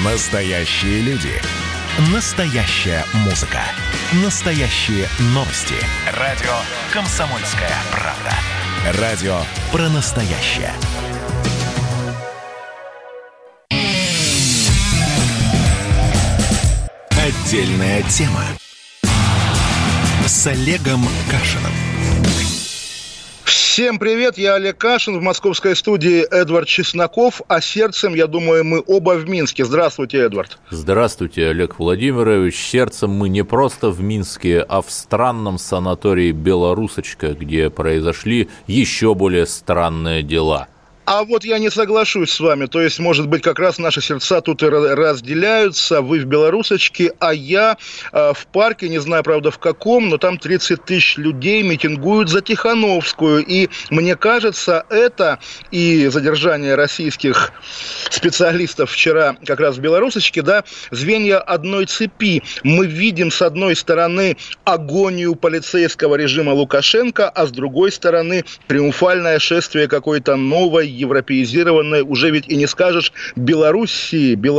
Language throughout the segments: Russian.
Настоящие люди. Настоящая музыка. Настоящие новости. Радио «Комсомольская правда». Радио про настоящее. Отдельная тема. С Олегом Кашиным. Всем привет, я Олег Кашин, в московской студии Эдвард Чесноков, а сердцем, я думаю, мы оба в Минске. Здравствуйте, Эдвард. Здравствуйте, Олег Владимирович. Сердцем мы не просто в Минске, а в странном санатории «Белорусочка», где произошли еще более странные дела. А вот я не соглашусь с вами, то есть, может быть, как раз наши сердца тут и разделяются, вы в Белорусочке, а я в парке, не знаю, правда, в каком, но там 30 тысяч людей митингуют за Тихановскую, и мне кажется, это и задержание российских специалистов вчера как раз в Белорусочке, да, звенья одной цепи. Мы видим, с одной стороны, агонию полицейского режима Лукашенко, а с другой стороны, триумфальное шествие какой-то новой, европеизированной, уже ведь и не скажешь, Беларусь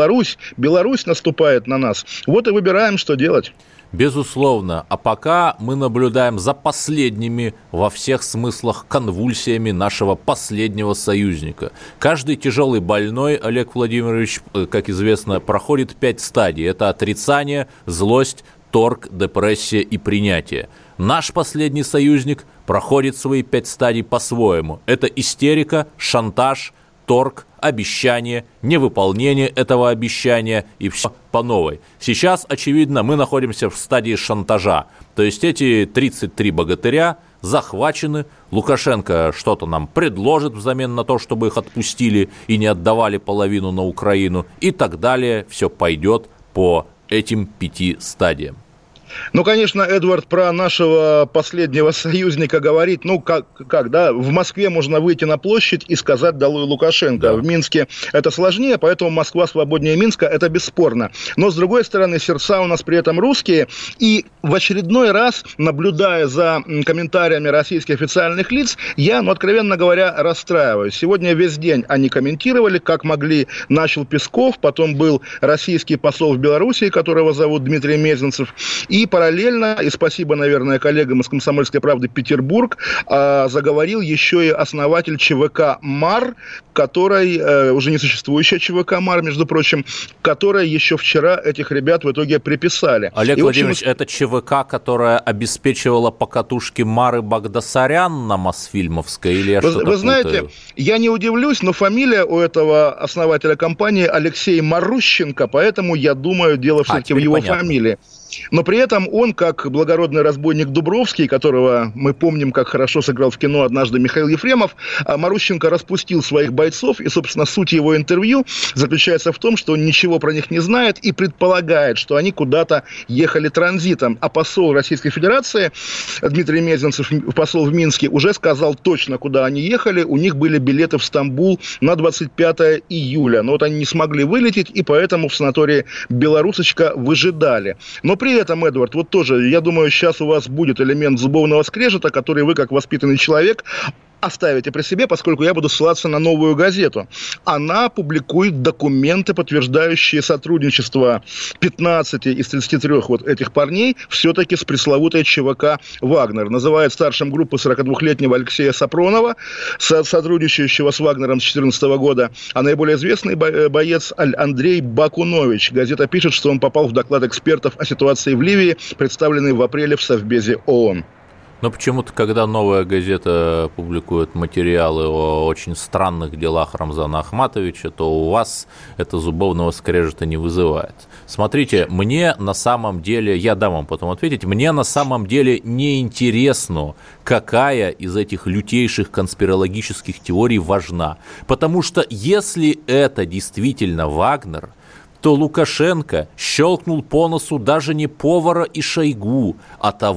наступает на нас. Вот и выбираем, что делать. Безусловно. А пока мы наблюдаем за последними во всех смыслах конвульсиями нашего последнего союзника. Каждый тяжелый больной, Олег Владимирович, как известно, проходит 5 стадий. Это отрицание, злость, торг, депрессия и принятие. Наш последний союзник проходит свои 5 стадий по-своему. Это истерика, шантаж, торг, обещание, невыполнение этого обещания и все по новой. Сейчас, очевидно, мы находимся в стадии шантажа. То есть эти 33 богатыря захвачены, Лукашенко что-то нам предложит взамен на то, чтобы их отпустили и не отдавали половину на Украину, и так далее. Все пойдет по этим 5 стадиям. Ну, конечно, Эдвард, про нашего последнего союзника говорит, да, в Москве можно выйти на площадь и сказать «Долой Лукашенко». Да. В Минске это сложнее, поэтому Москва свободнее Минска, это бесспорно. Но, с другой стороны, сердца у нас при этом русские, и в очередной раз, наблюдая за комментариями российских официальных лиц, я, откровенно говоря, расстраиваюсь. Сегодня весь день они комментировали, как могли, начал Песков, потом был российский посол в Белоруссии, которого зовут Дмитрий Мезенцев, и параллельно, и спасибо, наверное, коллегам из «Комсомольской правды» Петербург, заговорил еще и основатель ЧВК «МАР», который, уже не существующая ЧВК «МАР», между прочим, которая еще вчера этих ребят в итоге приписали. Олег Владимирович, это ЧВК, которая обеспечивала покатушки Мары Багдасарян на Мосфильмовской, или я что-то Вы знаете, я не удивлюсь, но фамилия у этого основателя компании Алексей Марущенко, поэтому я думаю, дело все-таки в его фамилии. Но при этом он, как благородный разбойник Дубровский, которого мы помним, как хорошо сыграл в кино однажды Михаил Ефремов, Марущенко распустил своих бойцов, и, собственно, суть его интервью заключается в том, что он ничего про них не знает и предполагает, что они куда-то ехали транзитом. А посол Российской Федерации Дмитрий Мезенцев, посол в Минске, уже сказал точно, куда они ехали. У них были билеты в Стамбул на 25 июля. Но вот они не смогли вылететь, и поэтому в санатории «Белорусочка» выжидали. Но при этом, Эдвард, вот тоже, я думаю, сейчас у вас будет элемент зубовного скрежета, который вы, как воспитанный человек, оставите при себе, поскольку я буду ссылаться на «Новую газету». Она публикует документы, подтверждающие сотрудничество 15 из 33 вот этих парней все-таки с пресловутой ЧВК «Вагнер». Называет старшим группы 42-летнего Алексея Сапронова, сотрудничающего с «Вагнером» с 2014 года, а наиболее известный боец Андрей Бакунович. Газета пишет, что он попал в доклад экспертов о ситуации в Ливии, представленный в апреле в Совбезе ООН. Но почему-то, когда «Новая газета» публикует материалы о очень странных делах Рамзана Ахматовича, то у вас это зубовного скрежета не вызывает. Смотрите, мне на самом деле, я дам вам потом ответить, мне на самом деле не интересно, какая из этих лютейших конспирологических теорий важна. Потому что если это действительно Вагнер, то Лукашенко щелкнул по носу даже не повара и Шойгу, а того,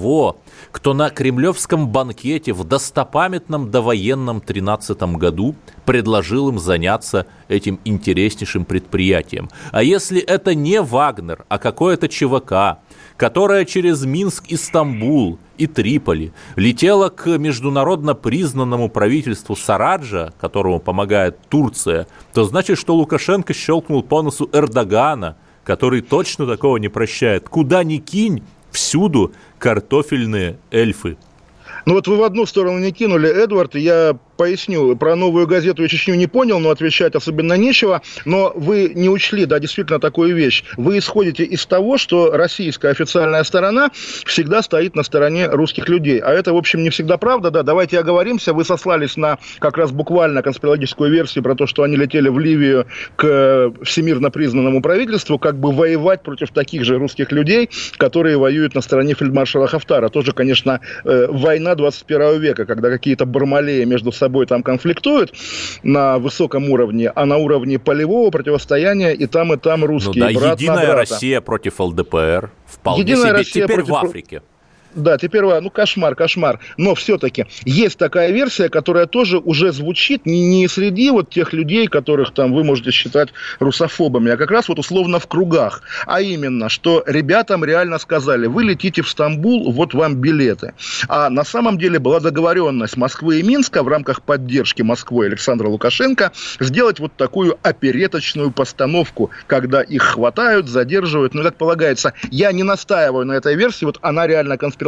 кто на кремлевском банкете в достопамятном довоенном 13 году предложил им заняться этим интереснейшим предприятием. А если это не Вагнер, а какое-то ЧВК, которое через Минск и Стамбул и Триполи летела к международно признанному правительству Сараджа, которому помогает Турция, то значит, что Лукашенко щелкнул по носу Эрдогана, который точно такого не прощает. Куда ни кинь, всюду картофельные эльфы. Ну вот вы в одну сторону не кинули, Эдвард, я поясню, про «Новую газету» и Чечню не понял, но отвечать особенно нечего, но вы не учли, да, действительно такую вещь. Вы исходите из того, что российская официальная сторона всегда стоит на стороне русских людей, а это, в общем, не всегда правда, да, давайте оговоримся, вы сослались на как раз буквально конспирологическую версию про то, что они летели в Ливию к всемирно признанному правительству, как бы воевать против таких же русских людей, которые воюют на стороне фельдмаршала Хафтара. Тоже, конечно, война 21 века, когда какие-то бармалеи между собой там конфликтуют на высоком уровне, а на уровне полевого противостояния и там русские, ну да, брат единая на брата. Россия против ЛДПР. Вполне Единая себе. Россия теперь против... в Африке. Да, теперь, ну, кошмар. Но все-таки есть такая версия, которая тоже уже звучит не среди вот тех людей, которых там вы можете считать русофобами, а как раз вот условно в кругах. А именно, что ребятам реально сказали, вы летите в Стамбул, вот вам билеты. А на самом деле была договоренность Москвы и Минска в рамках поддержки Москвы Александра Лукашенко сделать вот такую опереточную постановку, когда их хватают, задерживают. Ну, как полагается, я не настаиваю на этой версии, вот она реально конспирологическая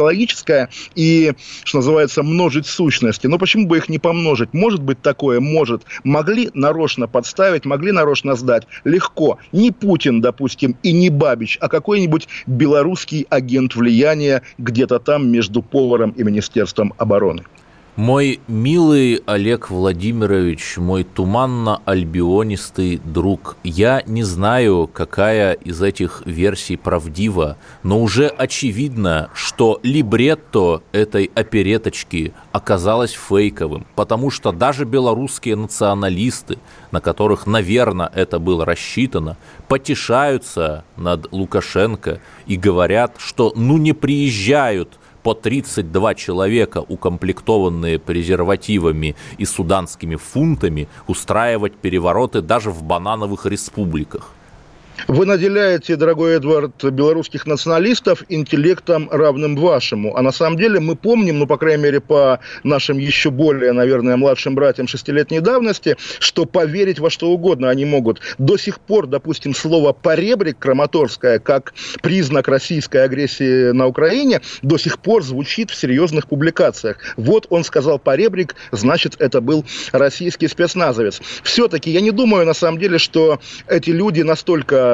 и, что называется, множить сущности. Но почему бы их не помножить? Может быть такое? Может. Могли нарочно подставить, могли нарочно сдать. Легко. Не Путин, допустим, и не Бабич, а какой-нибудь белорусский агент влияния где-то там между Поваром и Министерством обороны. Мой милый Олег Владимирович, мой туманно-альбионистый друг, я не знаю, какая из этих версий правдива, но уже очевидно, что либретто этой опереточки оказалось фейковым, потому что даже белорусские националисты, на которых, наверное, это было рассчитано, потешаются над Лукашенко и говорят, что не приезжают по 32 человека, укомплектованные презервативами и суданскими фунтами, устраивать перевороты даже в банановых республиках. Вы наделяете, дорогой Эдвард, белорусских националистов интеллектом, равным вашему. А на самом деле мы помним, по крайней мере, по нашим еще более, наверное, младшим братьям 6-летней давности, что поверить во что угодно они могут. До сих пор, допустим, слово «поребрик» краматорское, как признак российской агрессии на Украине, до сих пор звучит в серьезных публикациях. Вот он сказал «поребрик», значит, это был российский спецназовец. Все-таки я не думаю, на самом деле, что эти люди настолько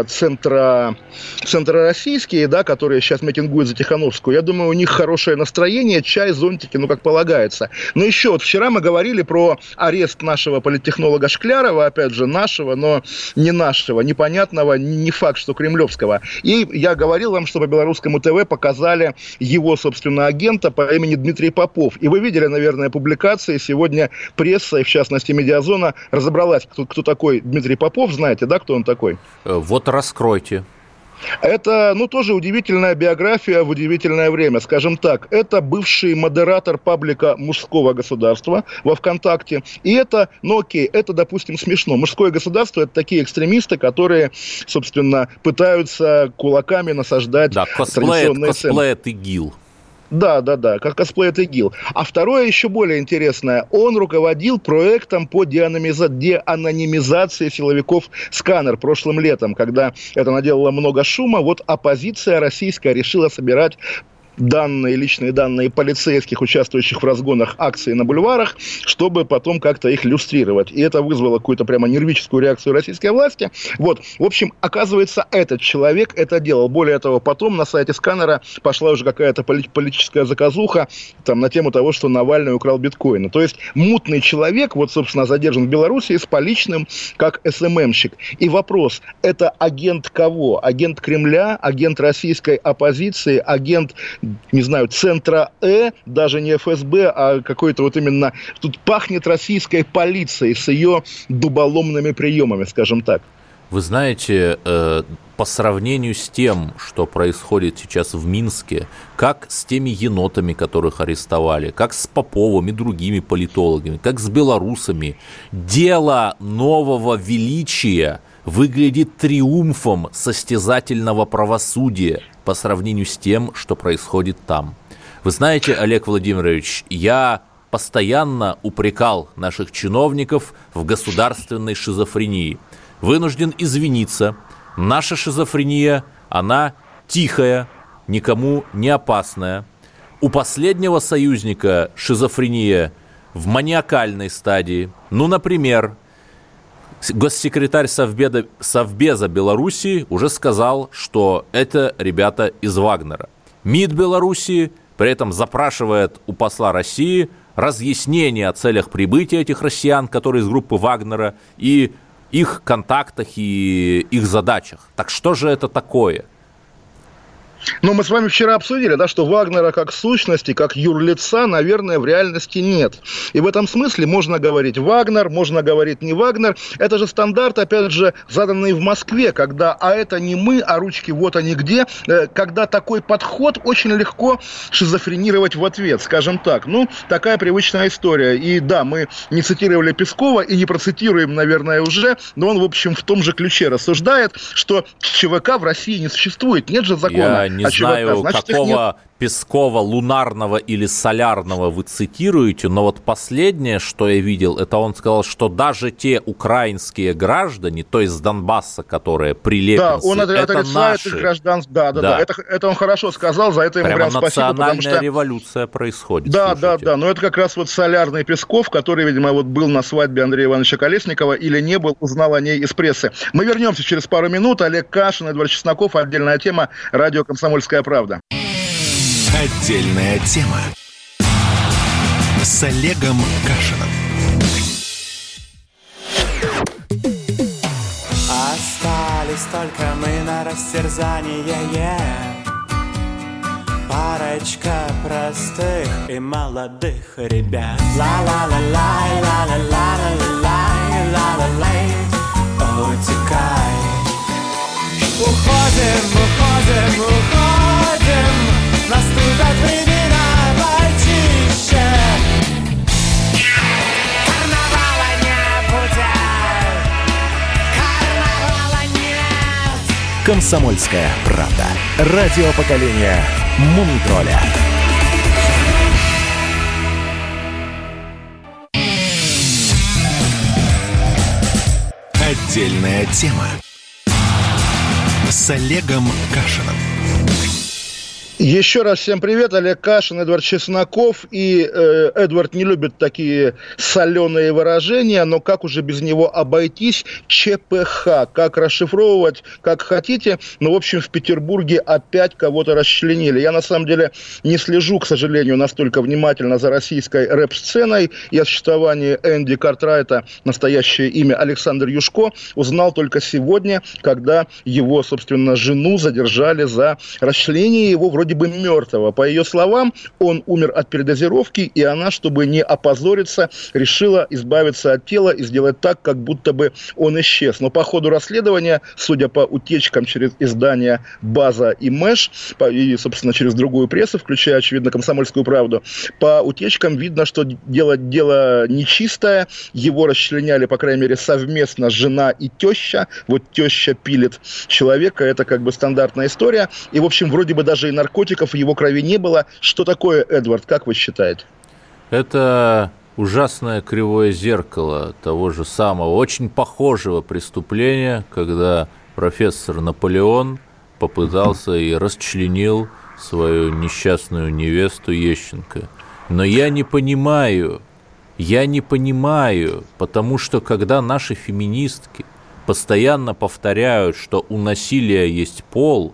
центророссийские, да, которые сейчас митингуют за Тихановскую, я думаю, у них хорошее настроение, чай, зонтики, как полагается. Но еще вот вчера мы говорили про арест нашего политтехнолога Шклярова, опять же, нашего, но не нашего, непонятного, не факт, что кремлевского. И я говорил вам, что по белорусскому ТВ показали его, собственно, агента по имени Дмитрий Попов. И вы видели, наверное, публикации. Сегодня пресса, и в частности Медиазона, разобралась, кто такой Дмитрий Попов. Знаете, да, кто он такой? Вот раскройте. Это, тоже удивительная биография в удивительное время, скажем так. Это бывший модератор паблика «Мужского государства» во ВКонтакте. И это, это, допустим, смешно. «Мужское государство» — это такие экстремисты, которые, собственно, пытаются кулаками насаждать традиционные ценности. Косплеит ИГИЛ. Да, как косплеит ИГИЛ. А второе еще более интересное. Он руководил проектом по деанонимизации силовиков «Сканер» прошлым летом, когда это наделало много шума. Вот оппозиция российская решила собирать личные данные полицейских, участвующих в разгонах акций на бульварах, чтобы потом как-то их люстрировать. И это вызвало какую-то прямо нервическую реакцию российской власти. Вот, в общем, оказывается, этот человек это делал. Более того, потом на сайте «Сканера» пошла уже какая-то политическая заказуха на тему того, что Навальный украл биткоины. То есть мутный человек, собственно, задержан в Беларуси с поличным, как СММщик. И вопрос, это агент кого? Агент Кремля, агент российской оппозиции, агент, не знаю, центра даже не ФСБ, а какой-то именно... Тут пахнет российской полицией с ее дуболомными приемами, скажем так. Вы знаете, по сравнению с тем, что происходит сейчас в Минске, как с теми енотами, которых арестовали, как с Поповым и другими политологами, как с белорусами, дело нового величия выглядит триумфом состязательного правосудия по сравнению с тем, что происходит там. Вы знаете, Олег Владимирович, я постоянно упрекал наших чиновников в государственной шизофрении. Вынужден извиниться. Наша шизофрения, она тихая, никому не опасная. У последнего союзника шизофрения в маниакальной стадии. Ну, например, госсекретарь Совбеза Белоруссии уже сказал, что это ребята из Вагнера. МИД Белоруссии при этом запрашивает у посла России разъяснение о целях прибытия этих россиян, которые из группы Вагнера, и их контактах и их задачах. Так что же это такое? Ну, мы с вами вчера обсудили, да, что Вагнера как сущности, как юрлица, наверное, в реальности нет. И в этом смысле можно говорить Вагнер, можно говорить не Вагнер. Это же стандарт, опять же, заданный в Москве, когда «а это не мы, а ручки вот они где», когда такой подход очень легко шизофренировать в ответ, скажем так. Ну, такая привычная история. И да, мы не цитировали Пескова и не процитируем, наверное, уже, но он, в общем, в том же ключе рассуждает, что ЧВК в России не существует, нет же закона. Не знаю, какого Пескова лунарного или солярного вы цитируете, но вот последнее, что я видел, это он сказал, что даже те украинские граждане, то есть с Донбасса, которые прилепинцы, да, он это наши. Их гражданство. Да. Это он хорошо сказал, за это ему прям спасибо. Национальная революция происходит. Да, но это как раз вот солярный Песков, который, видимо, вот был на свадьбе Андрея Ивановича Колесникова или не был, узнал о ней из прессы. Мы вернемся через пару минут. Олег Кашин, Эдвард Чесноков, отдельная тема, радио «Комсомольская правда». Отдельная тема с Олегом Кашиным. Остались только мы на растерзание, парочка простых и молодых ребят. Ла-ла-ла-лай, ла-ла-ла-ла-ла-лай, ла-ла-лай, утекай. Уходим, наступят времена почище. Карнавала не будет, карнавала нет. «Комсомольская правда». Радио поколения Мумий-тролля. Отдельная тема с Олегом Кашиным. Еще раз всем привет, Олег Кашин, Эдвард Чесноков. И Эдвард не любит такие соленые выражения, но как уже без него обойтись? ЧПХ. Как расшифровывать, как хотите. Но, в общем, в Петербурге опять кого-то расчленили. Я, на самом деле, не слежу, к сожалению, настолько внимательно за российской рэп-сценой. И о существовании Энди Картрайта, настоящее имя Александр Юшко, узнал только сегодня, когда его, собственно, жену задержали за расчленение его вроде бы мертвого. По ее словам, он умер от передозировки, и она, чтобы не опозориться, решила избавиться от тела и сделать так, как будто бы он исчез. Но по ходу расследования, судя по утечкам через издания «База» и «Мэш», и, собственно, через другую прессу, включая, очевидно, «Комсомольскую правду», по утечкам видно, что дело нечистое. Его расчленяли, по крайней мере, совместно жена и теща. Вот теща пилит человека, это как бы стандартная история. И, в общем, вроде бы даже и наркотиков в его крови не было. Что такое, Эдвард, как вы считаете? Это ужасное кривое зеркало того же самого, очень похожего преступления, когда профессор Наполеон попытался и расчленил свою несчастную невесту Ещенко. Но я не понимаю, потому что когда наши феминистки постоянно повторяют, что у насилия есть пол,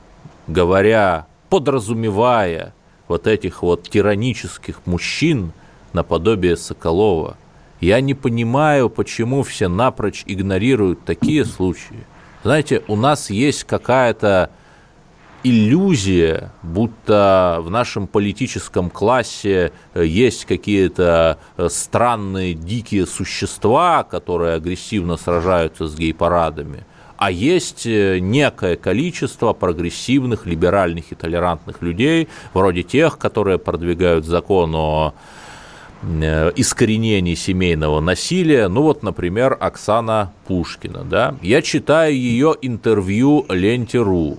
подразумевая вот этих вот тиранических мужчин наподобие Соколова, я не понимаю, почему все напрочь игнорируют такие случаи. Знаете, у нас есть какая-то иллюзия, будто в нашем политическом классе есть какие-то странные дикие существа, которые агрессивно сражаются с гей-парадами. а есть некое количество прогрессивных, либеральных и толерантных людей, вроде тех, которые продвигают закон о искоренении семейного насилия. Ну вот, например, Оксана Пушкина. Да? Я читаю ее интервью Ленте.ру.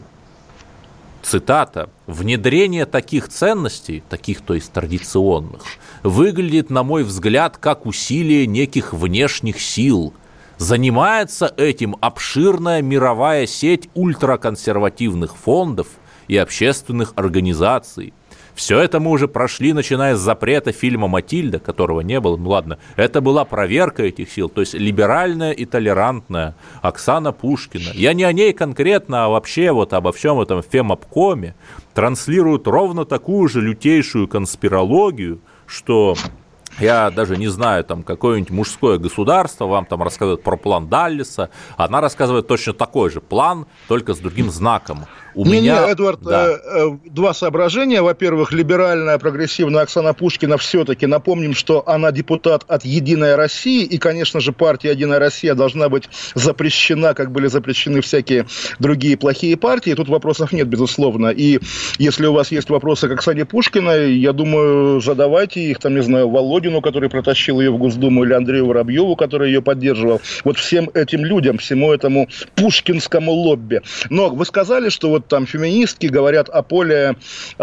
Цитата: «Внедрение таких ценностей, таких, то есть традиционных, выглядит, на мой взгляд, как усилие неких внешних сил. Занимается этим обширная мировая сеть ультраконсервативных фондов и общественных организаций. Все это мы уже прошли, начиная с запрета фильма «Матильда», которого не было, ну ладно, это была проверка этих сил, то есть либеральная и толерантная Оксана Пушкина. Я не о ней конкретно, а вообще вот обо всем этом фемобкоме транслируют ровно такую же лютейшую конспирологию, что... Я даже не знаю, там какое-нибудь мужское государство вам там рассказывает про план Даллеса, она рассказывает точно такой же план, только с другим знаком. Эдвард, да. Два соображения. Во-первых, либеральная, прогрессивная Оксана Пушкина все-таки, напомним, что она депутат от «Единой России», и, конечно же, партия «Единая Россия» должна быть запрещена, как были запрещены всякие другие плохие партии. Тут вопросов нет, безусловно. И если у вас есть вопросы к Оксане Пушкиной, я думаю, задавайте их, там, не знаю, Володину, который протащил ее в Госдуму, или Андрею Воробьеву, который ее поддерживал. Вот всем этим людям, всему этому пушкинскому лобби. Но вы сказали, что вот там феминистки говорят о поле,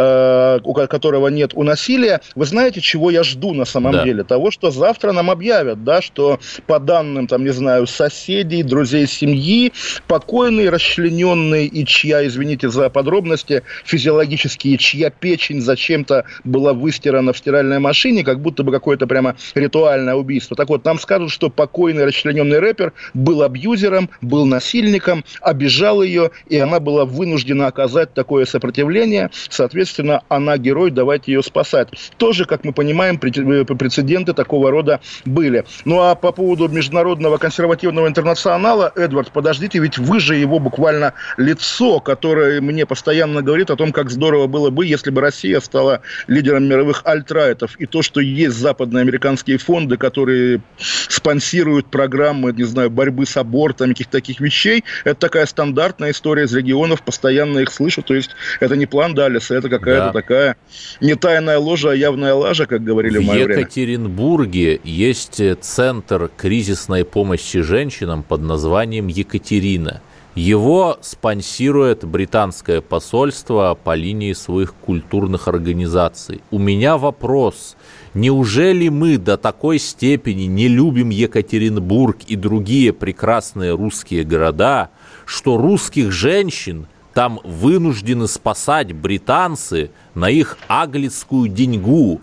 у которого нет у насилия. Вы знаете, чего я жду на самом деле? Того, что завтра нам объявят, да, что по данным, там, не знаю, соседей, друзей семьи, покойный, расчлененный и чья, извините за подробности, физиологические, чья печень зачем-то была выстирана в стиральной машине, как будто бы какое-то прямо ритуальное убийство. Так вот, нам скажут, что покойный, расчлененный рэпер был абьюзером, был насильником, обижал ее, и она была вынуждена оказать такое сопротивление, соответственно, она герой, давайте ее спасать. Тоже, как мы понимаем, прецеденты такого рода были. Ну а по поводу Международного консервативного интернационала, Эдвард, подождите, ведь вы же его буквально лицо, которое мне постоянно говорит о том, как здорово было бы, если бы Россия стала лидером мировых альтрайтов. И то, что есть западноамериканские фонды, которые спонсируют программы, не знаю, борьбы с абортом, каких-то таких вещей, это такая стандартная история из регионов, постоянно их слышу, то есть это не план Даллеса, это какая-то такая не тайная ложа, а явная лажа, как говорили в мое время. В Екатеринбурге есть центр кризисной помощи женщинам под названием «Екатерина». Его спонсирует британское посольство по линии своих культурных организаций. У меня вопрос. Неужели мы до такой степени не любим Екатеринбург и другие прекрасные русские города, что русских женщин там вынуждены спасать британцы на их аглицкую деньгу?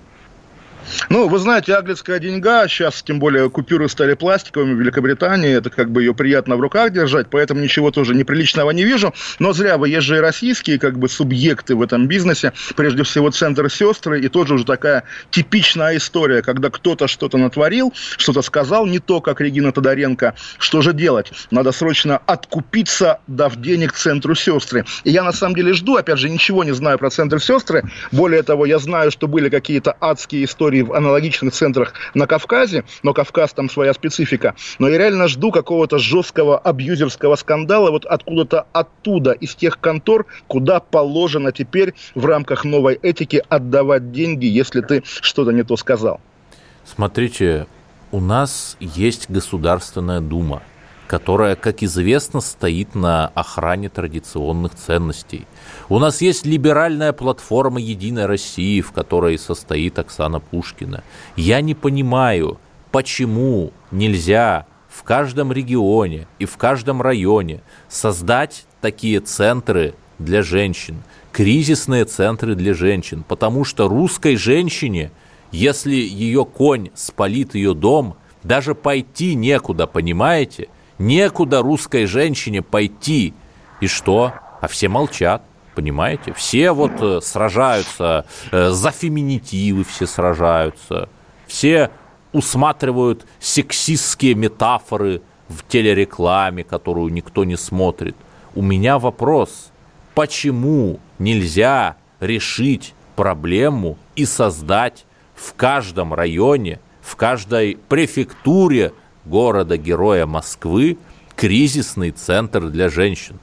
Ну, вы знаете, аглицкая деньга, сейчас тем более купюры стали пластиковыми в Великобритании, это как бы ее приятно в руках держать, поэтому ничего тоже неприличного не вижу, но зря вы, есть же и российские как бы субъекты в этом бизнесе, прежде всего центр «Сестры», и тоже уже такая типичная история, когда кто-то что-то натворил, что-то сказал не то, как Регина Тодоренко, что же делать? Надо срочно откупиться, дав денег центру «Сестры». И я на самом деле жду, опять же, ничего не знаю про центр «Сестры», более того, я знаю, что были какие-то адские истории в аналогичных центрах на Кавказе, но Кавказ там своя специфика. Но я реально жду какого-то жесткого абьюзерского скандала вот откуда-то оттуда, из тех контор, куда положено теперь в рамках новой этики отдавать деньги, если ты что-то не то сказал. Смотрите, у нас есть Государственная Дума, которая, как известно, стоит на охране традиционных ценностей. У нас есть либеральная платформа «Единой России», в которой состоит Оксана Пушкина. Я не понимаю, почему нельзя в каждом регионе и в каждом районе создать такие центры для женщин, кризисные центры для женщин, потому что русской женщине, если ее конь спалит ее дом, даже пойти некуда, понимаете? Некуда русской женщине пойти. И что? А все молчат, понимаете? Все вот сражаются, за феминитивы все сражаются, все усматривают сексистские метафоры в телерекламе, которую никто не смотрит. У меня вопрос, почему нельзя решить проблему и создать в каждом районе, в каждой префектуре города-героя Москвы кризисный центр для женщин.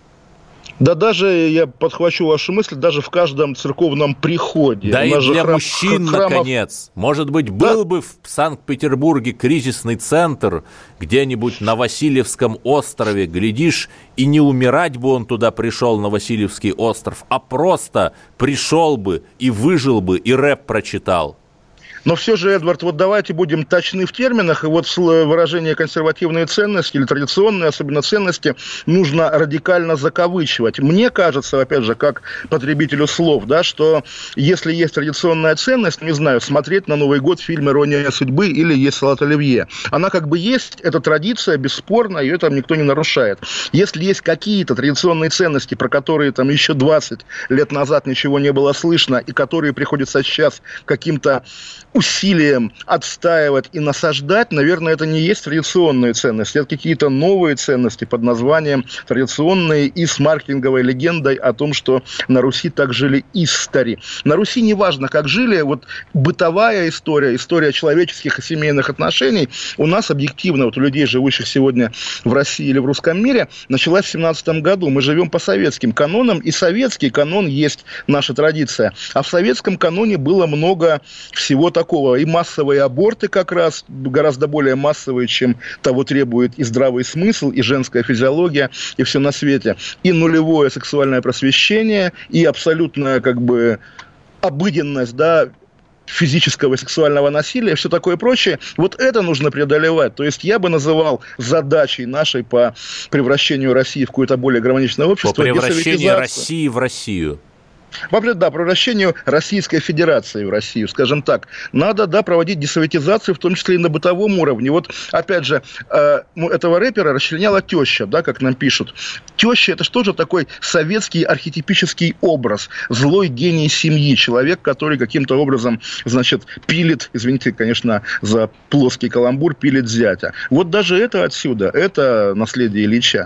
Да даже, я подхвачу вашу мысль, даже в каждом церковном приходе. Да и для мужчин, наконец. Может быть, был бы в Санкт-Петербурге кризисный центр где-нибудь на Васильевском острове, глядишь, и не умирать бы он туда пришел, на Васильевский остров, а просто пришел бы и выжил бы, и рэп прочитал. Но все же, Эдвард, вот давайте будем точны в терминах, и вот выражение консервативные ценности или традиционные, особенно ценности, нужно радикально закавычивать. Мне кажется, опять же, как потребителю слов, да, что если есть традиционная ценность, не знаю, смотреть на Новый год фильм «Ирония судьбы» или есть салат оливье, она как бы есть, это традиция, бесспорно, ее там никто не нарушает. Если есть какие-то традиционные ценности, про которые там еще 20 лет назад ничего не было слышно, и которые приходится сейчас каким-то усилием отстаивать и насаждать, наверное, это не есть традиционные ценности. Это какие-то новые ценности под названием традиционные и с маркетинговой легендой о том, что на Руси так жили истори. На Руси неважно, как жили, вот бытовая история, история человеческих и семейных отношений у нас объективно, вот у людей, живущих сегодня в России или в русском мире, началась в 17 году. Мы живем по советским канонам, и советский канон есть наша традиция. А в советском каноне было много всего такого. И массовые аборты как раз, гораздо более массовые, чем того требует и здравый смысл, и женская физиология, и все на свете. И нулевое сексуальное просвещение, и абсолютная как бы обыденность, да, физического и сексуального насилия, все такое прочее. Вот это нужно преодолевать. То есть я бы называл задачей нашей по превращению России в какое-то более гармоничное общество. По превращению России в Россию. Вообще, да, превращению Российской Федерации в Россию, скажем так. Надо, да, проводить десоветизацию, в том числе и на бытовом уровне. Вот, опять же, этого рэпера расчленяла теща, да, как нам пишут. Теща – это что же такой советский архетипический образ, злой гений семьи, человек, который каким-то образом, значит, пилит, извините, конечно, за плоский каламбур, пилит зятя. Вот даже это отсюда, это наследие Ильича.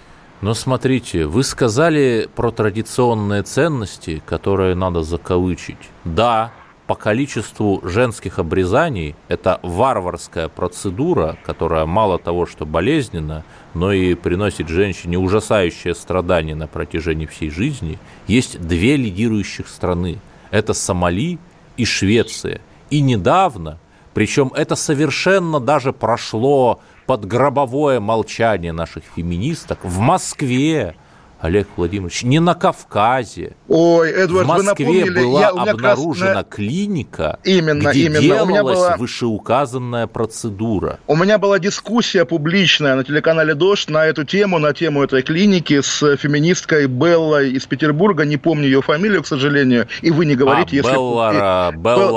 Но смотрите, вы сказали про традиционные ценности, которые надо закавычить. Да, по количеству женских обрезаний это варварская процедура, которая мало того, что болезненна, но и приносит женщине ужасающее страдание на протяжении всей жизни. Есть две лидирующих страны. Это Сомали и Швеция. И недавно, причем это совершенно даже прошло под гробовое молчание наших феминисток, в Москве, Олег Владимирович, не на Кавказе. Ой, Эдвард, в Москве была обнаружена клиника, где делалась вышеуказанная процедура. У меня была дискуссия публичная на телеканале «Дождь» на эту тему, на тему этой клиники с феминисткой Беллой из Петербурга. Не помню ее фамилию, к сожалению. И вы не говорите, если... Белла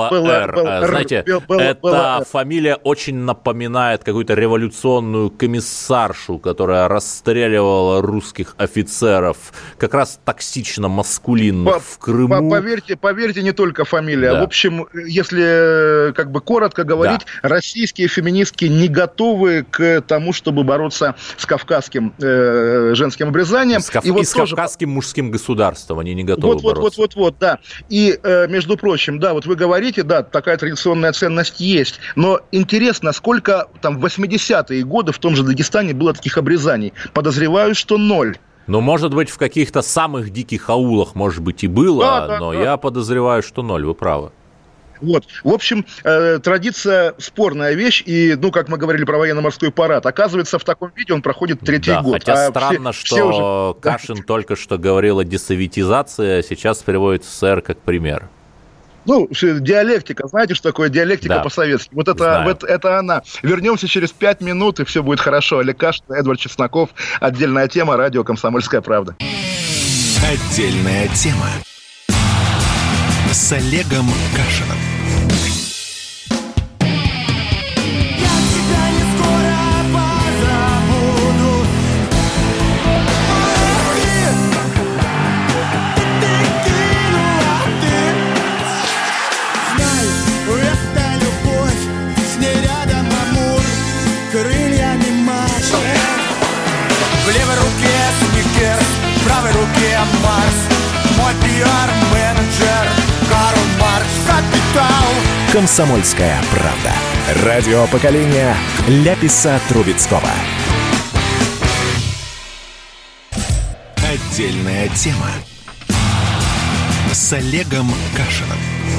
Р. Знаете, эта фамилия очень напоминает какую-то революционную комиссаршу, которая расстреливала русских офицеров, как раз токсично маскулинных в Крыму. Поверьте, не только фамилия. Да. В общем, если как бы коротко говорить, да, российские феминистки не готовы к тому, чтобы бороться с кавказским женским обрезанием. С кавказским мужским государством они не готовы бороться. Да. И, между прочим, да, вот вы говорите, да, такая традиционная ценность есть, но интересно, сколько там в 80-е годы в том же Дагестане было таких обрезаний? Подозреваю, что 0. Ну, может быть, в каких-то самых диких аулах, может быть, и было, но я подозреваю, что 0, вы правы. Вот. В общем, традиция спорная вещь, и, ну, как мы говорили про военно-морской парад, оказывается, в таком виде он проходит третий год. Хотя странно, что уже... Кашин только что говорил о десоветизации, а сейчас приводит СССР как пример. Ну, диалектика, знаете, что такое диалектика по-советски? Вот это она. Вернемся через 5 минут, и все будет хорошо. Олег Кашин, Эдвард Чесноков. Отдельная тема. Радио «Комсомольская правда». Отдельная тема. С Олегом Кашиным. В левой руке Сникерс, в правой руке Марс. Мой пиар-менеджер Карл Маркс, капитал. «Комсомольская правда». Радио поколения Ляписа Трубецкого. Отдельная тема с Олегом Кашиным.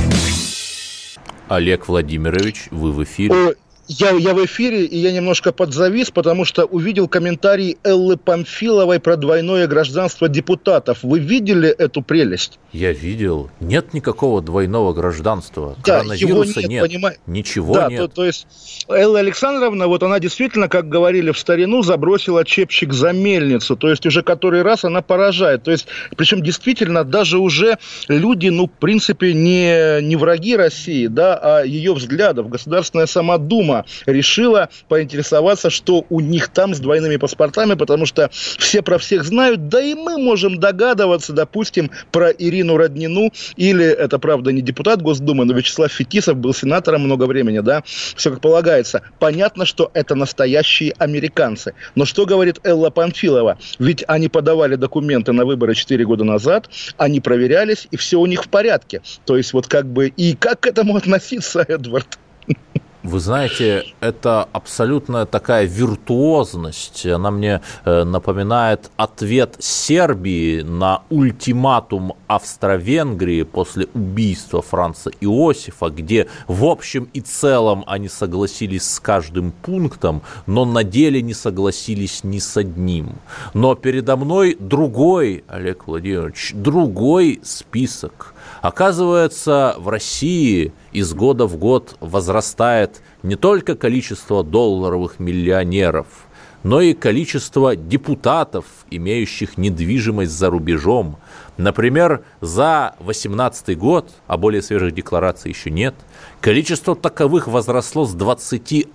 Олег Владимирович, вы в эфире. Я в эфире, и я немножко подзавис, потому что увидел комментарий Эллы Памфиловой про двойное гражданство депутатов. Вы видели эту прелесть? Я видел. Нет никакого двойного гражданства. Да, коронавируса его нет. Ничего нет. То есть Элла Александровна, вот она действительно, как говорили в старину, забросила чепчик за мельницу. То есть уже который раз она поражает. То есть, причем действительно даже уже люди, в принципе, не враги России, да, а ее взглядов. Государственная самодума решила поинтересоваться, что у них там с двойными паспортами, потому что все про всех знают, да и мы можем догадываться, допустим, про Ирину Роднину, или, это правда не депутат Госдумы, но Вячеслав Фетисов был сенатором много времени, да, все как полагается. Понятно, что это настоящие американцы. Но что говорит Элла Памфилова? Ведь они подавали документы на выборы 4 года назад, они проверялись, и все у них в порядке. То есть вот и как к этому относиться, Эдвард? Вы знаете, это абсолютно такая виртуозность. Она мне напоминает ответ Сербии на ультиматум Австро-Венгрии после убийства Франца Иосифа, где в общем и целом они согласились с каждым пунктом, но на деле не согласились ни с одним. Но передо мной другой, Олег Владимирович, другой список. Оказывается, в России из года в год возрастает не только количество долларовых миллионеров, но и количество депутатов, имеющих недвижимость за рубежом. Например, за 2018 год, а более свежих деклараций еще нет, количество таковых возросло с 21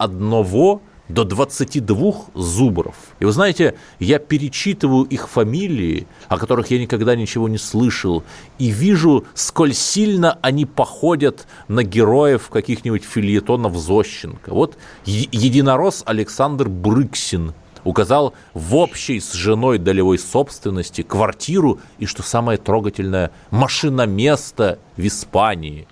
до 22 зубров. И вы знаете, я перечитываю их фамилии, о которых я никогда ничего не слышал, и вижу, сколь сильно они походят на героев каких-нибудь фельетонов Зощенко. Вот единорос Александр Брыксин указал в общей с женой долевой собственности квартиру и, что самое трогательное, машиноместо в Испании.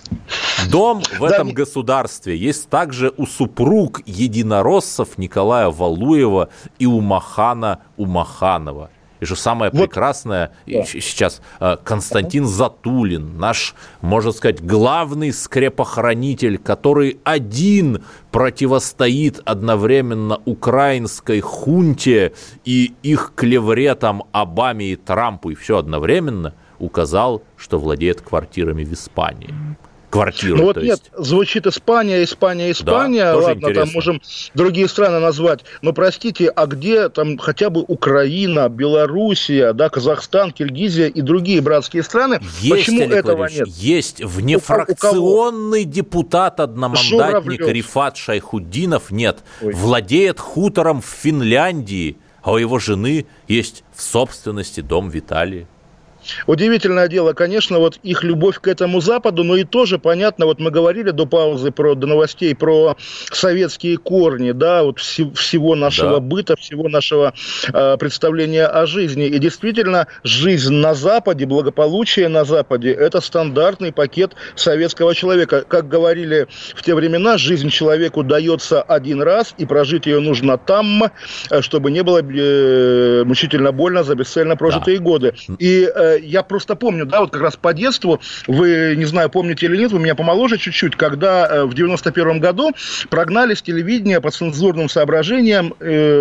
Дом в этом государстве есть также у супруг единороссов Николая Валуева и у Махана Умаханова. И что самое прекрасное, сейчас Константин Затулин, наш, можно сказать, главный скрепохранитель, который один противостоит одновременно украинской хунте и их клевретам Обаме и Трампу, и все одновременно, указал, что владеет квартирами в Испании. Квартиру, нет, звучит Испания, да, ладно, интересно. Там можем другие страны назвать, но простите, а где там хотя бы Украина, Белоруссия, да, Казахстан, Киргизия и другие братские страны? Есть, почему Олег этого Владимирович, нет? Есть внефракционный депутат-одномандатник Рифат Шайхутдинов, владеет хутором в Финляндии, а у его жены есть в собственности дом в Италии. Удивительное дело, конечно, вот их любовь к этому Западу, но и тоже понятно, вот мы говорили до паузы, до новостей, про советские корни, да, вот всего нашего быта, всего нашего представления о жизни. И действительно, жизнь на Западе, благополучие на Западе – это стандартный пакет советского человека. Как говорили в те времена, жизнь человеку дается один раз, и прожить ее нужно там, чтобы не было мучительно больно за бесцельно прожитые годы. И я просто помню, да, вот как раз по детству, вы, не знаю, помните или нет, вы меня помоложе чуть-чуть, когда в 91 году прогнали с телевидения по цензурным соображениям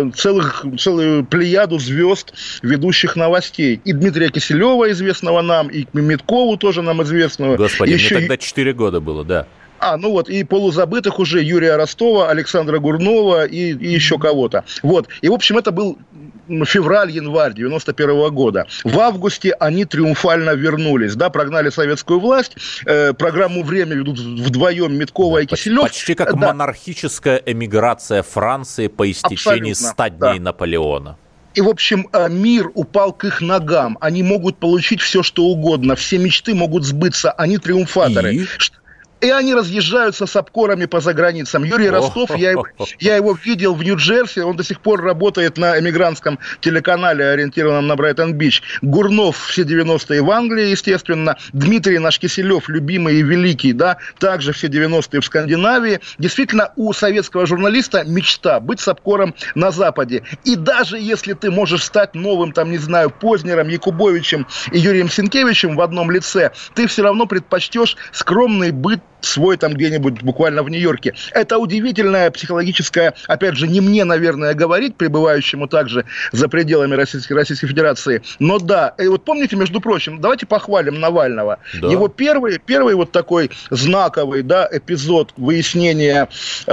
целую плеяду звезд, ведущих новостей. И Дмитрия Киселева, известного нам, и Миткову, тоже нам известного. Господи, мне тогда 4 года было, да. И полузабытых уже Юрия Ростова, Александра Гурнова и еще кого-то. И, в общем, это был февраль-январь 91 года. В августе они триумфально вернулись, да, прогнали советскую власть, программу «Время» ведут вдвоем Миткова и Киселев. Почти как монархическая эмиграция Франции по истечении 100 дней Наполеона. И, в общем, мир упал к их ногам. Они могут получить все, что угодно. Все мечты могут сбыться. Они триумфаторы. И они разъезжаются с обкорами по заграницам. Юрий Ростов, я его видел в Нью-Джерси, он до сих пор работает на эмигрантском телеканале, ориентированном на Брайтон-Бич. Гурнов все 90-е в Англии, естественно. Дмитрий наш Киселев, любимый и великий, да, также все 90-е в Скандинавии. Действительно, у советского журналиста мечта быть с обкором на Западе. И даже если ты можешь стать новым, там, не знаю, Познером, Якубовичем и Юрием Сенкевичем в одном лице, ты все равно предпочтешь скромный быт свой там где-нибудь буквально в Нью-Йорке. Это удивительная психологическая, опять же, не мне, наверное, говорить, пребывающему также за пределами Российской Федерации. Но да, и вот помните, между прочим, давайте похвалим Навального. Да. Его первый вот такой знаковый, да, эпизод выяснения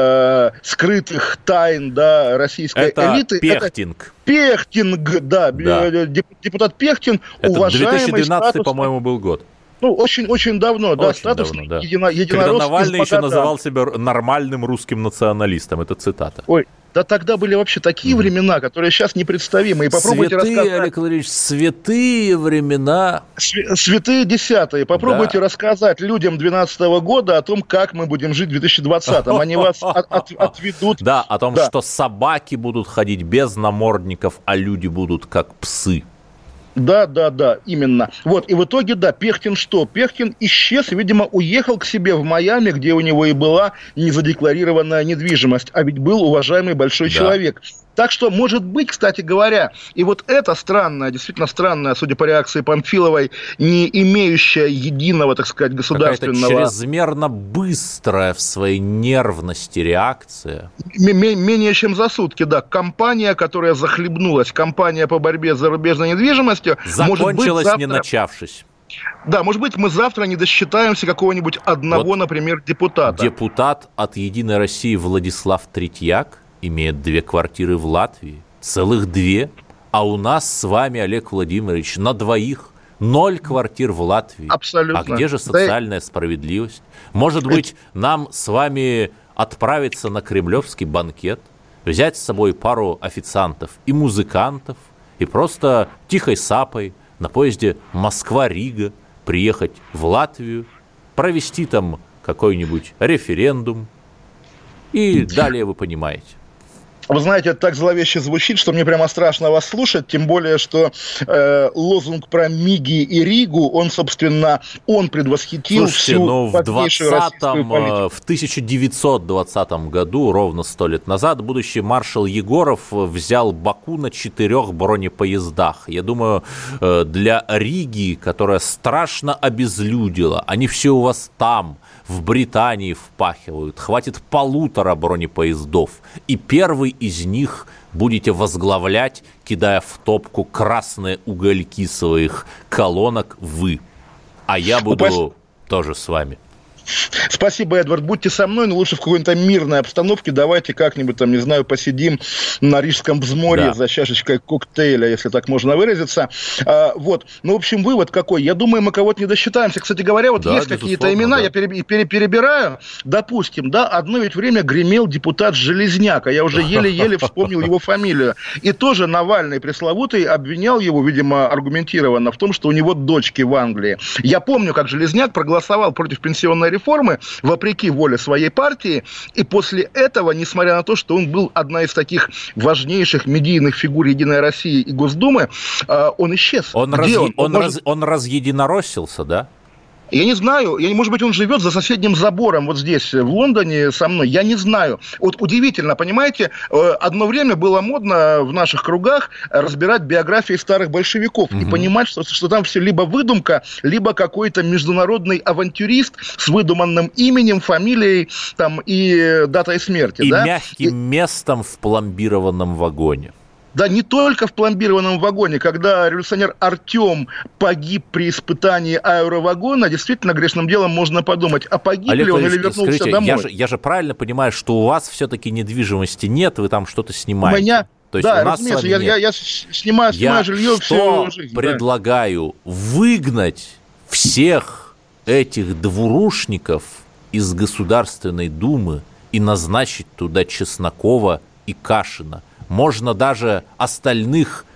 скрытых тайн, да, российской элиты. Пехтинг. Пехтинг, да. Депутат Пехтин, это уважаемый 2012, по-моему, был год. Ну, очень давно, да, статусный единорос. Когда Навальный еще называл себя нормальным русским националистом, это цитата. Ой, да тогда были вообще такие времена, которые сейчас непредставимы. И попробуйте рассказать... Олег Владимирович, святые времена. Святые десятые. Попробуйте рассказать людям 2012 года о том, как мы будем жить в 2020-м. Они вас отведут. Да, о том, что собаки будут ходить без намордников, а люди будут как псы. Да, именно. Вот, и в итоге, да, Пехтин что? Пехтин исчез, видимо, уехал к себе в Майами, где у него и была незадекларированная недвижимость. А ведь был уважаемый большой человек. Так что, может быть, кстати говоря, и вот это странное, действительно странное, судя по реакции Памфиловой, не имеющая единого, так сказать, государственного... Какая-то чрезмерно быстрая в своей нервности реакция. Менее чем за сутки, да. Компания, которая захлебнулась, компания по борьбе с зарубежной недвижимостью... Закончилась, завтра... не начавшись. Да, может быть, мы завтра не досчитаемся какого-нибудь одного, например, депутата. Депутат от «Единой России» Владислав Третьяк имеет 2 квартиры в Латвии, целых 2, а у нас с вами, Олег Владимирович, на 2 0 квартир в Латвии. Абсолютно. А где же социальная справедливость? Может быть, нам с вами отправиться на кремлевский банкет, взять с собой пару официантов и музыкантов, и просто тихой сапой на поезде Москва-Рига приехать в Латвию, провести там какой-нибудь референдум, и далее вы понимаете. Вы знаете, это так зловеще звучит, что мне прямо страшно вас слушать, тем более, что лозунг про Миги и Ригу, он, собственно, предвосхитил всю важнейшую российскую политику. В 1920 году, ровно 100 лет назад, будущий маршал Егоров взял Баку на 4 бронепоездах. Я думаю, для Риги, которая страшно обезлюдила, они все у вас там, в Британии впахивают, хватит 1,5 бронепоездов, и первый из них будете возглавлять, кидая в топку красные угольки своих колонок вы. А я буду тоже с вами. Спасибо, Эдвард. Будьте со мной, но лучше в какой-то мирной обстановке. Давайте как-нибудь там, не знаю, посидим на Рижском взморье за чашечкой коктейля, если так можно выразиться. Вот. Ну, в общем, вывод какой? Я думаю, мы кого-то не досчитаемся. Кстати говоря, вот есть какие-то имена, я перебираю. Допустим, да, одно ведь время гремел депутат Железняк, а я уже еле-еле вспомнил его фамилию. И тоже Навальный пресловутый обвинял его, видимо, аргументированно в том, что у него дочки в Англии. Я помню, как Железняк проголосовал против пенсионной реформы, вопреки воле своей партии, и после этого, несмотря на то, что он был одна из таких важнейших медийных фигур «Единой России» и Госдумы, он исчез. Он разъединороссился, да? Я не знаю, может быть, он живет за соседним забором вот здесь, в Лондоне, со мной, я не знаю. Вот удивительно, понимаете, одно время было модно в наших кругах разбирать биографии старых большевиков и понимать, что там все либо выдумка, либо какой-то международный авантюрист с выдуманным именем, фамилией там, и датой смерти. И мягким местом в пломбированном вагоне. Да, не только в пломбированном вагоне. Когда революционер Артем погиб при испытании аэровагона, действительно, грешным делом можно подумать, а погиб ли он или вернулся домой? Я же правильно понимаю, что у вас все-таки недвижимости нет, вы там что-то снимаете. У меня... То есть, да, у нас разумеется, я снимаю жилье всю жизнь. Я предлагаю выгнать всех этих двурушников из Государственной Думы и назначить туда Чеснокова и Кашина. Можно даже остальных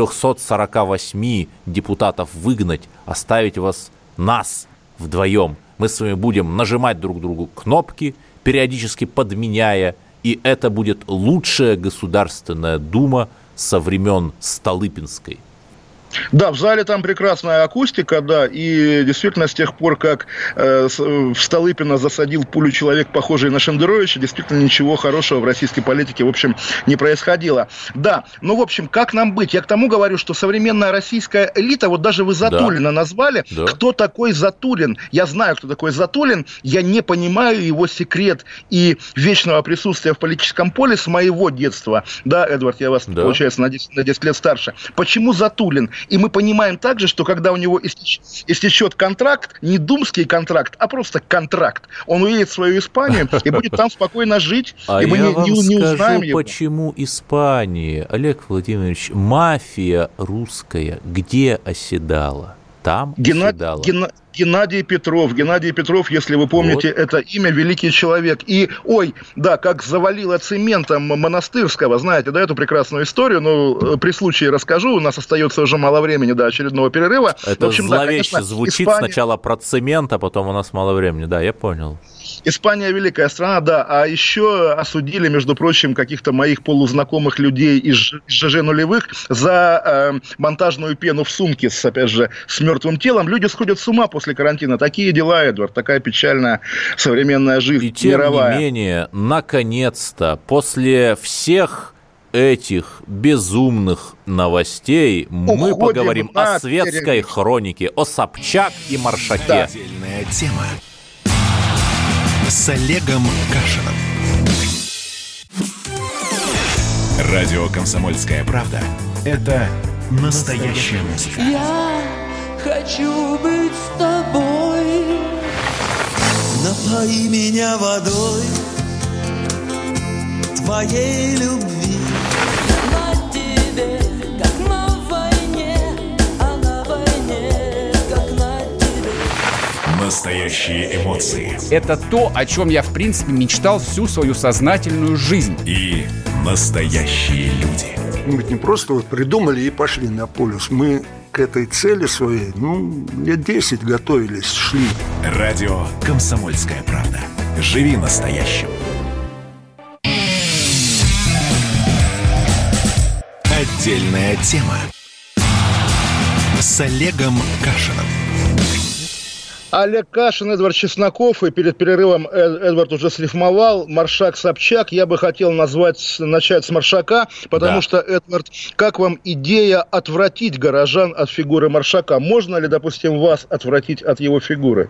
448 депутатов выгнать, оставить нас вдвоем. Мы с вами будем нажимать друг другу кнопки, периодически подменяя, и это будет лучшая Государственная Дума со времен Столыпинской. Да, в зале там прекрасная акустика, да, и действительно с тех пор, как в Столыпино засадил пулю человек, похожий на Шендеровича, действительно ничего хорошего в российской политике, в общем, не происходило. Да, ну, в общем, как нам быть? Я к тому говорю, что современная российская элита, вот даже вы Затулина назвали, кто такой Затулин? Я знаю, кто такой Затулин, я не понимаю его секрет и вечного присутствия в политическом поле с моего детства. Да, Эдвард, я вас, получается, на 10 лет старше. Почему Затулин? И мы понимаем также, что когда у него истечет контракт, не думский контракт, а просто контракт, он уедет в свою Испанию и будет там спокойно жить, и мы не узнаем его. Почему Испания, Олег Владимирович, мафия русская где оседала? Там оседала. Геннадий Петров, если вы помните это имя, великий человек. И, как завалило цементом Монастырского, знаете, да, эту прекрасную историю, но при случае расскажу, у нас остается уже мало времени до очередного перерыва. Это в общем, зловеще конечно, звучит, сначала про цемент, а потом у нас мало времени, да, я понял. Испания великая страна, да, а еще осудили, между прочим, каких-то моих полузнакомых людей из ЖЖ нулевых за монтажную пену в сумке, опять же, с мертвым телом. Люди сходят с ума после карантина. Такие дела, Эдвард, такая печальная современная жизнь и тем мировая. Не менее, наконец-то, после всех этих безумных новостей мы поговорим о светской хронике, о Собчак и Маршаке. Да. Отдельная тема с Олегом Кашиным. Радио «Комсомольская правда» — это настоящая музыка. Я хочу быть с тобой. Напои меня водой твоей любви. На тебе, как на войне, а на войне, как на тебе. Настоящие эмоции. Это то, о чем я, в принципе, мечтал всю свою сознательную жизнь. И настоящие люди. Мы ведь не просто придумали и пошли на полюс. Мы к этой цели своей, лет 10 готовились, шли. Радио «Комсомольская правда». Живи настоящим. Отдельная тема с Олегом Кашиным. Олег Кашин, Эдвард Чесноков, и перед перерывом Эдвард уже срифмовал Маршак-Собчак. Я бы хотел начать с Маршака, потому что, Эдвард, как вам идея отвратить горожан от фигуры Маршака? Можно ли, допустим, вас отвратить от его фигуры?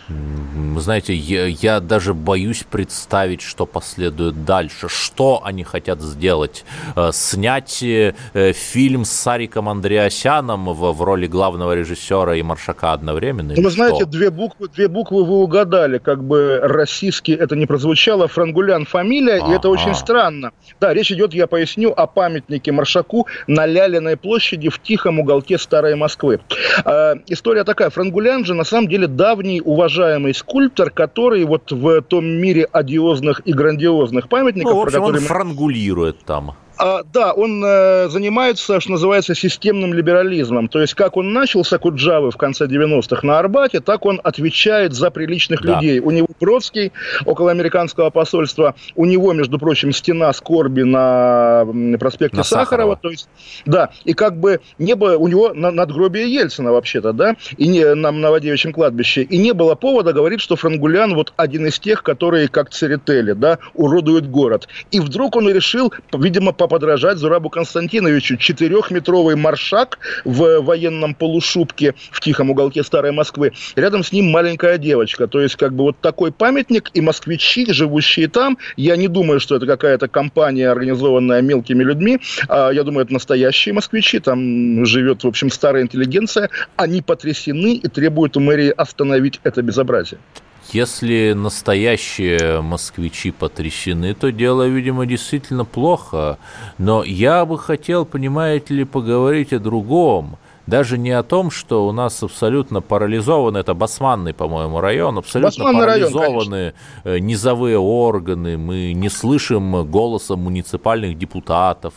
Вы знаете, я даже боюсь представить, что последует дальше. Что они хотят сделать? Снять фильм с Сариком Андреасяном в роли главного режиссера и Маршака одновременно? Вы знаете, две буквы вы угадали. Как бы российски это не прозвучало. Франгулян фамилия, и это очень странно. Да, речь идет, я поясню, о памятнике Маршаку на Лялиной площади в тихом уголке Старой Москвы. История такая. Франгулян же на самом деле давний уважаемый скульптор, который вот в том мире одиозных и грандиозных памятников... в общем, он франгулирует там. Да, он занимается, что называется, системным либерализмом. То есть, как он начал с Окуджавы в конце 90-х на Арбате, так он отвечает за приличных людей. У него Бродский около американского посольства, у него, между прочим, стена скорби на проспекте Сахарова. То есть, да, и как бы не было у него надгробие Ельцина вообще-то, да, и не на Новодевичьем кладбище. И не было повода говорить, что Франгулян вот один из тех, которые, как Церетели, да, уродуют город. И вдруг он решил, видимо, подражать Зурабу Константиновичу. 4-метровый Маршак в военном полушубке в тихом уголке Старой Москвы. Рядом с ним маленькая девочка. То есть, как бы вот такой памятник, и москвичи, живущие там, я не думаю, что это какая-то компания, организованная мелкими людьми. Я думаю, это настоящие москвичи. Там живет, в общем, старая интеллигенция. Они потрясены и требуют у мэрии остановить это безобразие. Если настоящие москвичи потрясены, то дело, видимо, действительно плохо. Но я бы хотел, понимаете ли, поговорить о другом. Даже не о том, что у нас абсолютно парализованы, это Басманный, по-моему, район, абсолютно парализованы низовые органы, мы не слышим голоса муниципальных депутатов,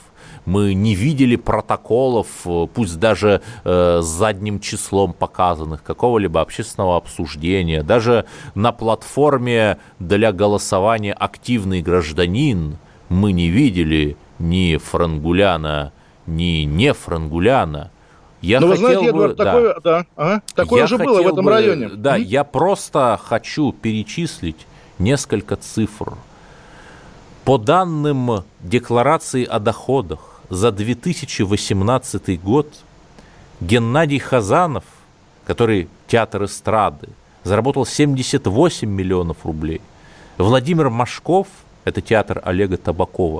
мы не видели протоколов, пусть даже с задним числом показанных, какого-либо общественного обсуждения. Даже на платформе для голосования «Активный гражданин» мы не видели ни Франгуляна, ни не Франгуляна. Ну, вы знаете, Эдвард, такое уже было в этом районе. Да, я просто хочу перечислить несколько цифр. По данным Декларации о доходах за 2018 год Геннадий Хазанов, который театр эстрады, заработал 78 миллионов рублей. Владимир Машков, это театр Олега Табакова,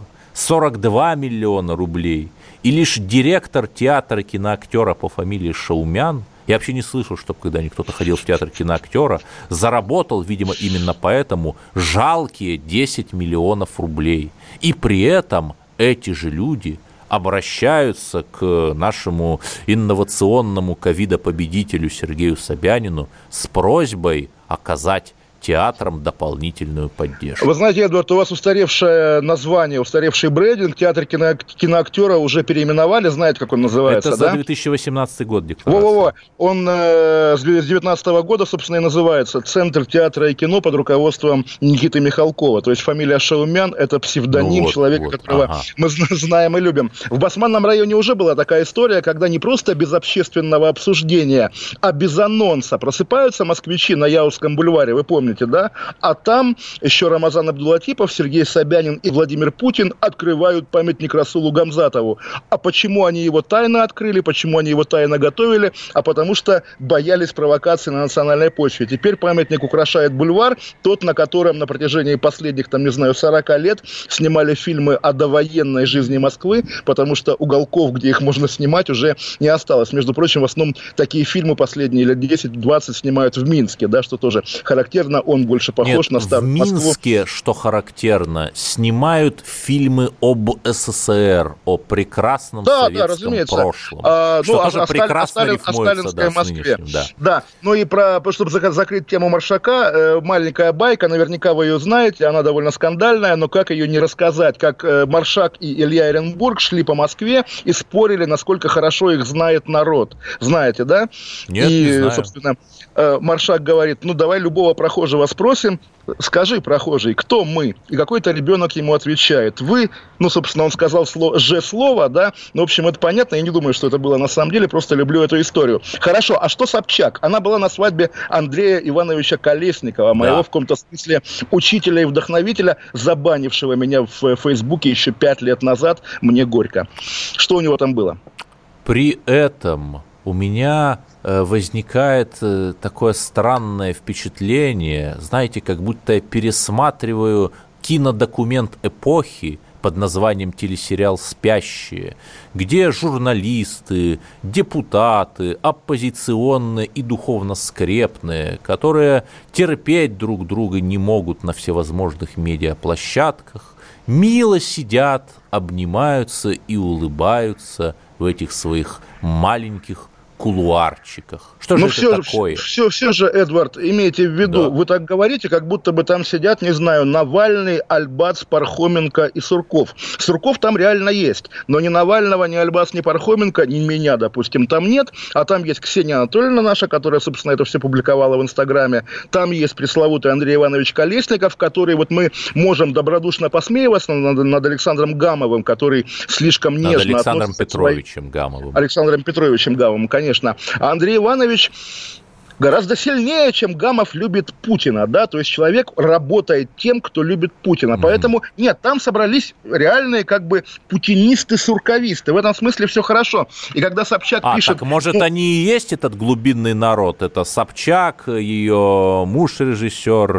42 миллиона рублей. И лишь директор театра киноактера по фамилии Шаумян, я вообще не слышал, чтобы когда-нибудь кто-то ходил в театр киноактера, заработал, видимо, именно поэтому жалкие 10 миллионов рублей. И при этом эти же люди обращаются к нашему инновационному ковидопобедителю Сергею Собянину с просьбой оказать театрам дополнительную поддержку. Вы знаете, Эдвард, у вас устаревшее название, устаревший брендинг. Театр киноактера уже переименовали. Знаете, как он называется, это да? за 2018 год декларация. Во-во-во. Он с 2019 года, собственно, и называется «Центр театра и кино» под руководством Никиты Михалкова. То есть фамилия Шаумян – это псевдоним человека, которого мы знаем и любим. В Басманном районе уже была такая история, когда не просто без общественного обсуждения, а без анонса просыпаются москвичи на Яузском бульваре, вы помните, да? А там еще Рамазан Абдулатипов, Сергей Собянин и Владимир Путин открывают памятник Расулу Гамзатову. А почему они его тайно открыли, почему они его тайно готовили? А потому что боялись провокации на национальной почве. Теперь памятник украшает бульвар, тот, на котором на протяжении последних, 40 лет снимали фильмы о довоенной жизни Москвы, потому что уголков, где их можно снимать, уже не осталось. Между прочим, в основном такие фильмы последние лет 10-20 снимают в Минске, да, что тоже характерно. Он больше похож на старую Москву. В Минске, что характерно, снимают фильмы об СССР, о прекрасном советском прошлом. Что тоже прекрасно рифмуется, да, с нынешним. Да, ну и чтобы закрыть тему Маршака, маленькая байка, наверняка вы ее знаете, она довольно скандальная, но как ее не рассказать, как Маршак и Илья Эренбург шли по Москве и спорили, насколько хорошо их знает народ. Знаете, да? Нет, не знаю. Собственно, Маршак говорит, давай любого прохожего спросим, скажи, прохожий, кто мы? И какой-то ребенок ему отвечает, вы, собственно, он сказал слово, да, в общем, это понятно, я не думаю, что это было на самом деле, просто люблю эту историю. Хорошо, а что Собчак? Она была на свадьбе Андрея Ивановича Колесникова, моего в каком-то смысле учителя и вдохновителя, забанившего меня в Фейсбуке еще 5 лет назад, мне горько. Что у него там было? При этом у меня возникает такое странное впечатление, знаете, как будто я пересматриваю кинодокумент эпохи под названием телесериал «Спящие», где журналисты, депутаты, оппозиционные и духовно-скрепные, которые терпеть друг друга не могут на всевозможных медиаплощадках, мило сидят, обнимаются и улыбаются в этих своих маленьких кулуарчиках. Что же это такое? Все же, Эдвард, имейте в виду, вы так говорите, как будто бы там сидят, не знаю, Навальный, Альбац, Пархоменко и Сурков. Сурков там реально есть, но ни Навального, ни Альбац, ни Пархоменко, ни меня, допустим, там нет, а там есть Ксения Анатольевна наша, которая, собственно, это все публиковала в Инстаграме, там есть пресловутый Андрей Иванович Колесников, который мы можем добродушно посмеиваться над Александром Гамовым, который слишком нежно относится... Александром Петровичем Гамовым. Александром Петровичем Гамовым, конечно. А Андрей Иванович гораздо сильнее, чем Гамов любит Путина, да, то есть человек работает тем, кто любит Путина, поэтому, нет, там собрались реальные, путинисты-сурковисты, в этом смысле все хорошо, и когда Собчак пишет... так может они и есть этот глубинный народ, это Собчак, ее муж-режиссер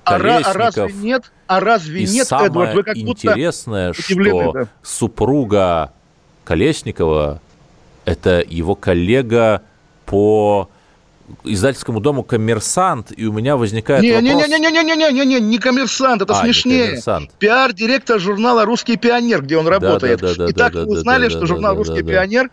Колесников. А разве нет, Эдвард, вы как будто интересное, что супруга Колесникова это его коллега по издательскому дому «Коммерсант», и у меня возникает вопрос... Не «Коммерсант», это смешнее. Пиар-директор журнала «Русский пионер», где он работает. Итак, вы узнали, что журнал «Русский пионер»,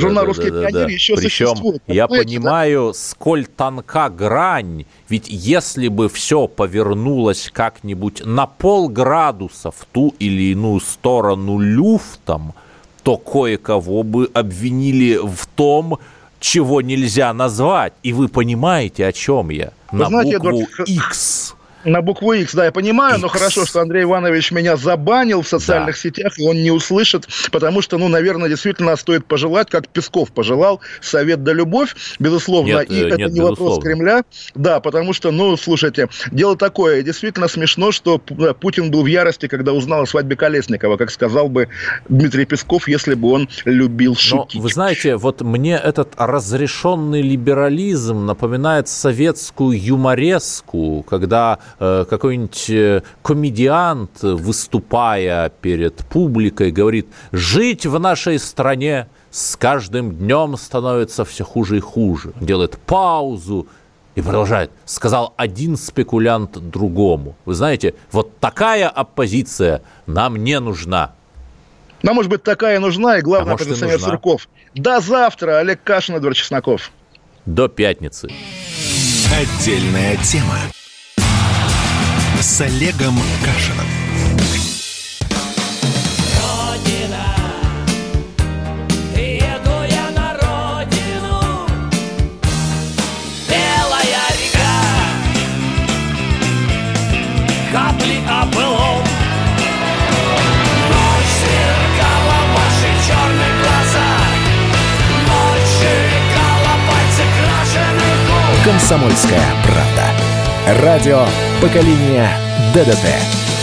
еще существует. Причем я понимаю, сколь тонка грань, ведь если бы все повернулось как-нибудь на полградуса в ту или иную сторону люфтом, что кое-кого бы обвинили в том, чего нельзя назвать. И вы понимаете, о чем я. На букву «Х». На букву X, да, я понимаю, но хорошо, что Андрей Иванович меня забанил в социальных сетях, и он не услышит, потому что, наверное, действительно стоит пожелать, как Песков пожелал, совет да любовь, безусловно, это не вопрос Кремля, да, потому что, слушайте, дело такое, действительно смешно, что Путин был в ярости, когда узнал о свадьбе Колесникова, как сказал бы Дмитрий Песков, если бы он любил шутить. Но, вы знаете, вот мне этот разрешенный либерализм напоминает советскую юмореску, когда какой-нибудь комедиант, выступая перед публикой, говорит: жить в нашей стране с каждым днем становится все хуже и хуже. Делает паузу и продолжает. Сказал один спекулянт другому. Вы знаете, вот такая оппозиция нам не нужна. Нам, может быть, такая нужна, и главное, оппозиционер Сурков. До завтра. Олег Кашин, Эдвард Чесноков. До пятницы. Отдельная тема. С Олегом Кашиным. Родина, еду я на родину, белая река, капли о былом. Ночь сверкала в ваши черные глаза, ночь сверкала пальцы крашеных губ. Комсомольская правда. Радио поколения ДДТ.